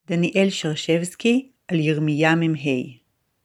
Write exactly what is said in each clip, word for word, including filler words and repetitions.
דניאל שרשבסקי על ירמיה ממהי.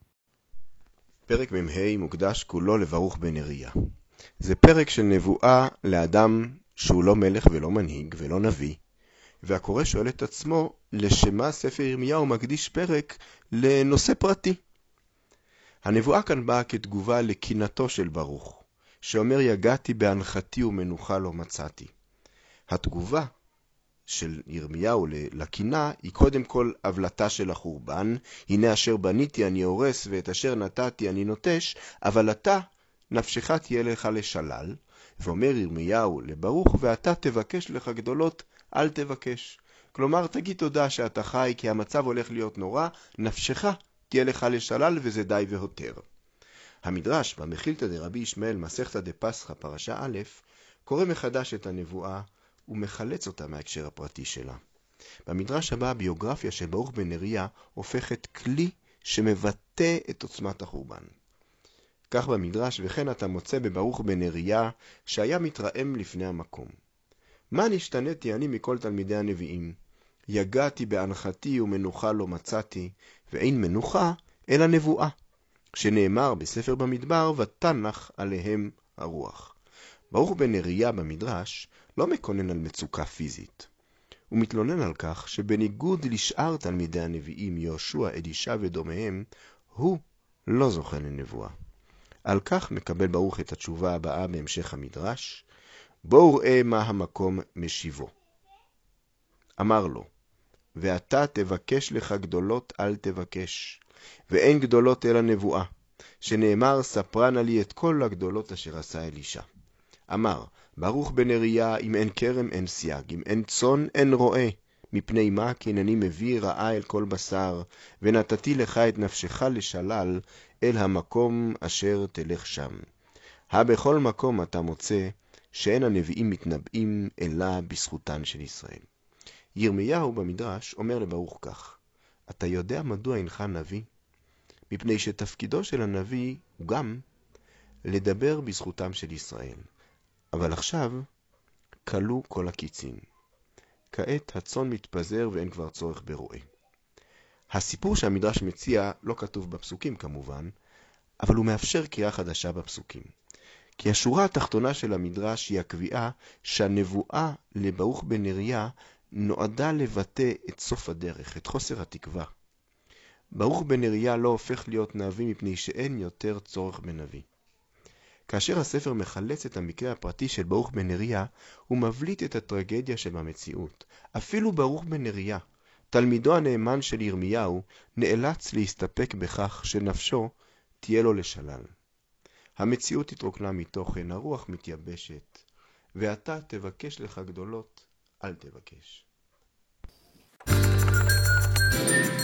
פרק ממהי מוקדש כולו לברוך בן נריה. זה פרק של נבואה לאדם שהוא לא מלך ולא מנהיג ולא נביא, והקורא שואל את עצמו לשמה ספר ירמיהו מקדיש פרק לנושא פרטי. הנבואה כאן באה כתגובה לקינתו של ברוך, שאומר יגעתי בהנחתי ומנוחה לא מצאתי. התגובה של ירמיהו לקינה היא קודם כל הבלטה של החורבן. הנה אשר בניתי אני הורס ואת אשר נתתי אני נוטש, אבל אתה נפשך תהיה לך לשלל. ואומר ירמיהו לברוך ואתה תבקש לך גדולות אל תבקש. כלומר תגיד תודה שאתה חי כי המצב הולך להיות נורא, נפשך תהיה לך לשלל וזה די והותר. המדרש במחילתא דרבי ישמעאל מסכתא דפסחא פרשה א' קורא מחדש את הנבואה ומחלץ אותה מההקשר הפרטי שלה. במדרש הבא הביוגרפיה של ברוך בן נריה הופכת כלי שמבטא את עוצמת החורבן. כך במדרש, וכן אתה מוצא בברוך בן נריה שהיה מתרעם לפני המקום. מה נשתניתי אני מכל תלמידי הנביאים? יגעתי בהנחתי ומנוחה לא מצאתי, ואין מנוחה אלא נבואה, שנאמר בספר במדבר ותנח עליהם הרוח. ברוך בן נריה במדרש לא מקונן על מצוקה פיזית. הוא מתלונן על כך שבניגוד לשאר תלמידי הנביאים יהושע, אלישע ודומיהם, הוא לא זוכה לנבואה. על כך מקבל ברוך את התשובה הבאה בהמשך המדרש, בואו ראה מה המקום משיבו. אמר לו, ואתה תבקש לך גדולות אל תבקש, ואין גדולות אלא נבואה, שנאמר ספרנה לי את כל הגדולות אשר עשה אלישע. אמר, ברוך בן נריה, אם אין כרם אין סייג, אם אין צאן אין רועה, מפני מה כי אני מביא רעה אל כל בשר, ונתתי לך את נפשך לשלל אל המקום אשר תלך שם. הבכל מקום אתה מוצא שאין הנביאים מתנבאים אלא בזכותן של ישראל. ירמיהו במדרש אומר לברוך כך, אתה יודע מדוע אינך נביא? מפני שתפקידו של הנביא הוא גם לדבר בזכותם של ישראל. אבל עכשיו קלו כל הקיצין. כעת הצאן מתפזר ואין כבר צורך ברועה. הסיפור שהמדרש מציע לא כתוב בפסוקים כמובן, אבל הוא מאפשר קריאה חדשה בפסוקים. כי השורה התחתונה של המדרש היא הקביעה שהנבואה לברוך בן נריה נועדה לבטא את סוף הדרך, את חוסר התקווה. ברוך בן נריה לא הופך להיות נביא מפני שאין יותר צורך בנביא. כאשר הספר מחלץ את המקרה הפרטי של ברוך בן נריה, הוא מבליט את הטרגדיה שבמציאות. אפילו ברוך בן נריה, תלמידו הנאמן של ירמיהו, נאלץ להסתפק בכך שנפשו תהיה לו לשלל. המציאות התרוקנה מתוכן, הרוח מתייבשת, ואתה תבקש לך גדולות, אל תבקש.